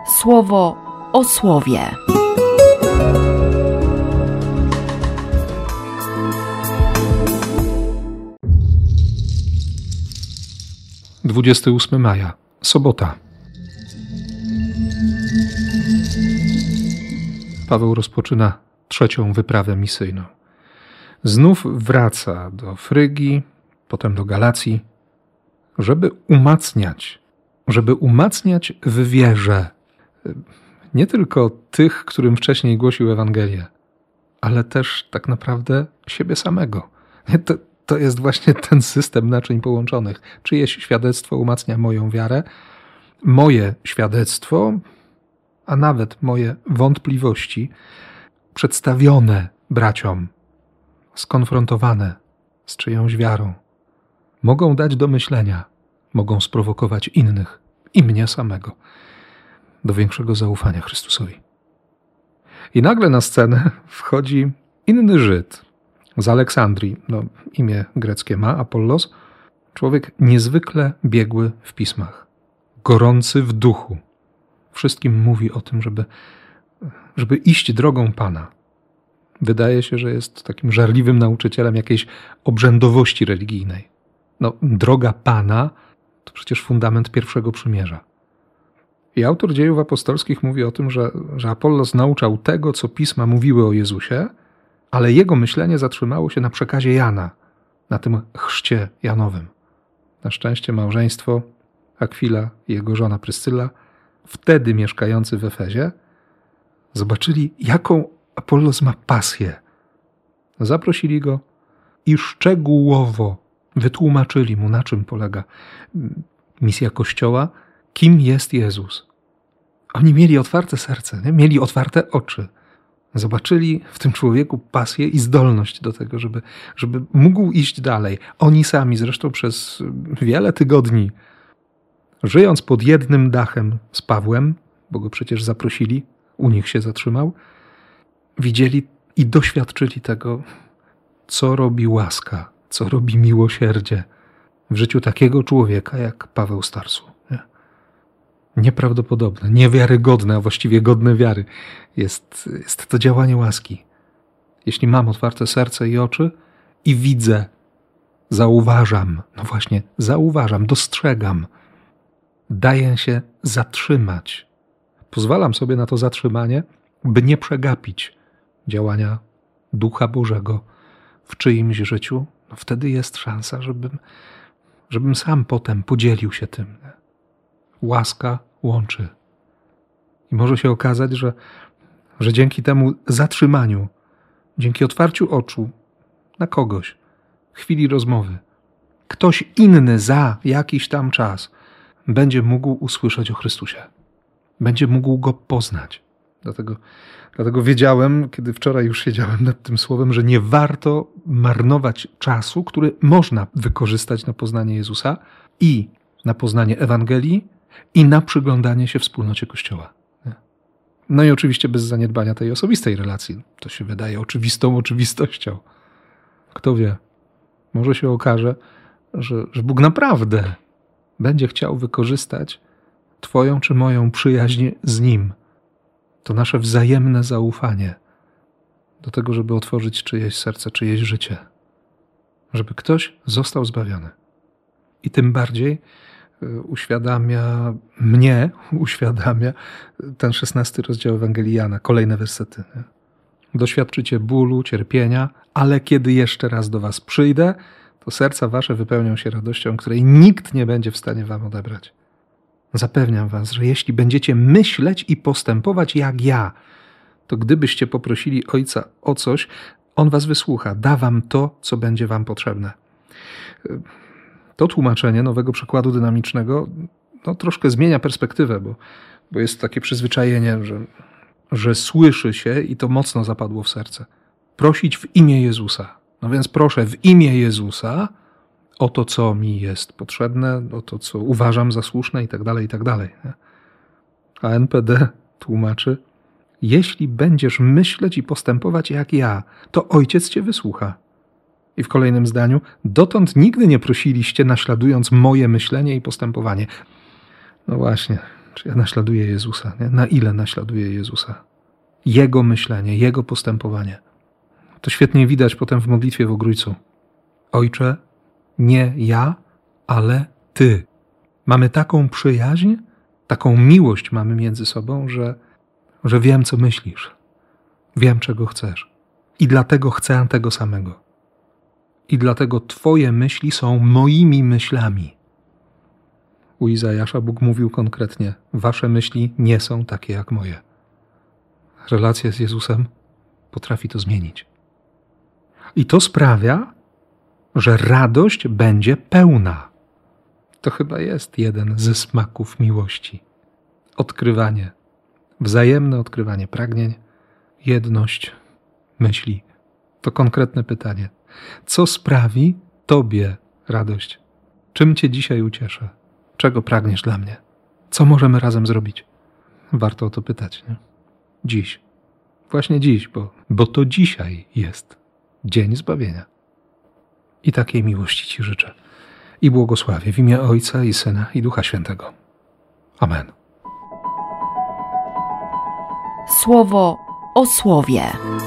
Słowo o słowie. Dwudziesty 28 maja, sobota. Paweł rozpoczyna trzecią wyprawę misyjną. Znów wraca do Frygii, potem do Galacji, żeby umacniać w wierze nie tylko tych, którym wcześniej głosił Ewangelię, ale też tak naprawdę siebie samego. To jest właśnie ten system naczyń połączonych. Czyjeś świadectwo umacnia moją wiarę, moje świadectwo, a nawet moje wątpliwości przedstawione braciom, skonfrontowane z czyjąś wiarą, mogą dać do myślenia, mogą sprowokować innych i mnie samego do większego zaufania Chrystusowi. I nagle na scenę wchodzi inny Żyd z Aleksandrii, imię greckie ma, Apollos, człowiek niezwykle biegły w pismach, gorący w duchu. Wszystkim mówi o tym, żeby iść drogą Pana. Wydaje się, że jest takim żarliwym nauczycielem jakiejś obrzędowości religijnej. Droga Pana to przecież fundament pierwszego przymierza. I autor Dziejów Apostolskich mówi o tym, że Apollos nauczał tego, co pisma mówiły o Jezusie, ale jego myślenie zatrzymało się na przekazie Jana, na tym chrzcie Janowym. Na szczęście małżeństwo Akwila i jego żona Pryscylla, wtedy mieszkający w Efezie, zobaczyli, jaką Apollos ma pasję. Zaprosili go i szczegółowo wytłumaczyli mu, na czym polega misja Kościoła, kim jest Jezus. Oni mieli otwarte serce, mieli otwarte oczy. Zobaczyli w tym człowieku pasję i zdolność do tego, żeby mógł iść dalej. Oni sami zresztą przez wiele tygodni, żyjąc pod jednym dachem z Pawłem, bo go przecież zaprosili, u nich się zatrzymał, widzieli i doświadczyli tego, co robi łaska, co robi miłosierdzie w życiu takiego człowieka jak Paweł z Tarsu. Nieprawdopodobne, niewiarygodne, a właściwie godne wiary jest to działanie łaski. Jeśli mam otwarte serce i oczy i widzę, zauważam, dostrzegam, daję się zatrzymać. Pozwalam sobie na to zatrzymanie, by nie przegapić działania Ducha Bożego w czyimś życiu, wtedy jest szansa, żebym sam potem podzielił się tym. Łaska łączy. I może się okazać, że dzięki temu zatrzymaniu, dzięki otwarciu oczu na kogoś, chwili rozmowy, ktoś inny za jakiś tam czas będzie mógł usłyszeć o Chrystusie. Będzie mógł Go poznać. Dlatego wiedziałem, kiedy wczoraj już siedziałem nad tym słowem, że nie warto marnować czasu, który można wykorzystać na poznanie Jezusa i na poznanie Ewangelii i na przyglądanie się wspólnocie Kościoła. No i oczywiście bez zaniedbania tej osobistej relacji. To się wydaje oczywistą oczywistością. Kto wie, może się okaże, że Bóg naprawdę będzie chciał wykorzystać Twoją czy moją przyjaźń z Nim. To nasze wzajemne zaufanie do tego, żeby otworzyć czyjeś serce, czyjeś życie. Żeby ktoś został zbawiony. I tym bardziej uświadamia ten 16 rozdział Ewangelii Jana, kolejne wersety. Doświadczycie bólu, cierpienia, ale kiedy jeszcze raz do was przyjdę, to serca wasze wypełnią się radością, której nikt nie będzie w stanie wam odebrać. Zapewniam was, że jeśli będziecie myśleć i postępować jak ja, to gdybyście poprosili Ojca o coś, On was wysłucha, da wam to, co będzie wam potrzebne. To tłumaczenie nowego przekładu dynamicznego troszkę zmienia perspektywę, bo jest takie przyzwyczajenie, że słyszy się i to mocno zapadło w serce. Prosić w imię Jezusa. No więc proszę w imię Jezusa o to, co mi jest potrzebne, o to, co uważam za słuszne i tak dalej. A NPD tłumaczy, jeśli będziesz myśleć i postępować jak ja, to Ojciec cię wysłucha. I w kolejnym zdaniu, dotąd nigdy nie prosiliście, naśladując moje myślenie i postępowanie. No właśnie, Czy ja naśladuję Jezusa? Nie? Na ile naśladuję Jezusa? Jego myślenie, Jego postępowanie. To świetnie widać potem w modlitwie w Ogrójcu. Ojcze, nie ja, ale Ty. Mamy taką przyjaźń, taką miłość mamy między sobą, że wiem, co myślisz. Wiem, czego chcesz. I dlatego chcę tego samego. I dlatego Twoje myśli są moimi myślami. U Izajasza Bóg mówił konkretnie: wasze myśli nie są takie jak moje. Relacja z Jezusem potrafi to zmienić. I to sprawia, że radość będzie pełna. To chyba jest jeden ze smaków miłości. Odkrywanie, wzajemne odkrywanie pragnień, jedność myśli. To konkretne pytanie. Co sprawi Tobie radość? Czym Cię dzisiaj ucieszę? Czego pragniesz dla mnie? Co możemy razem zrobić? Warto o to pytać, nie? Dziś. Właśnie dziś, bo to dzisiaj jest dzień zbawienia. I takiej miłości Ci życzę. I błogosławię w imię Ojca i Syna i Ducha Świętego. Amen. Słowo o słowie.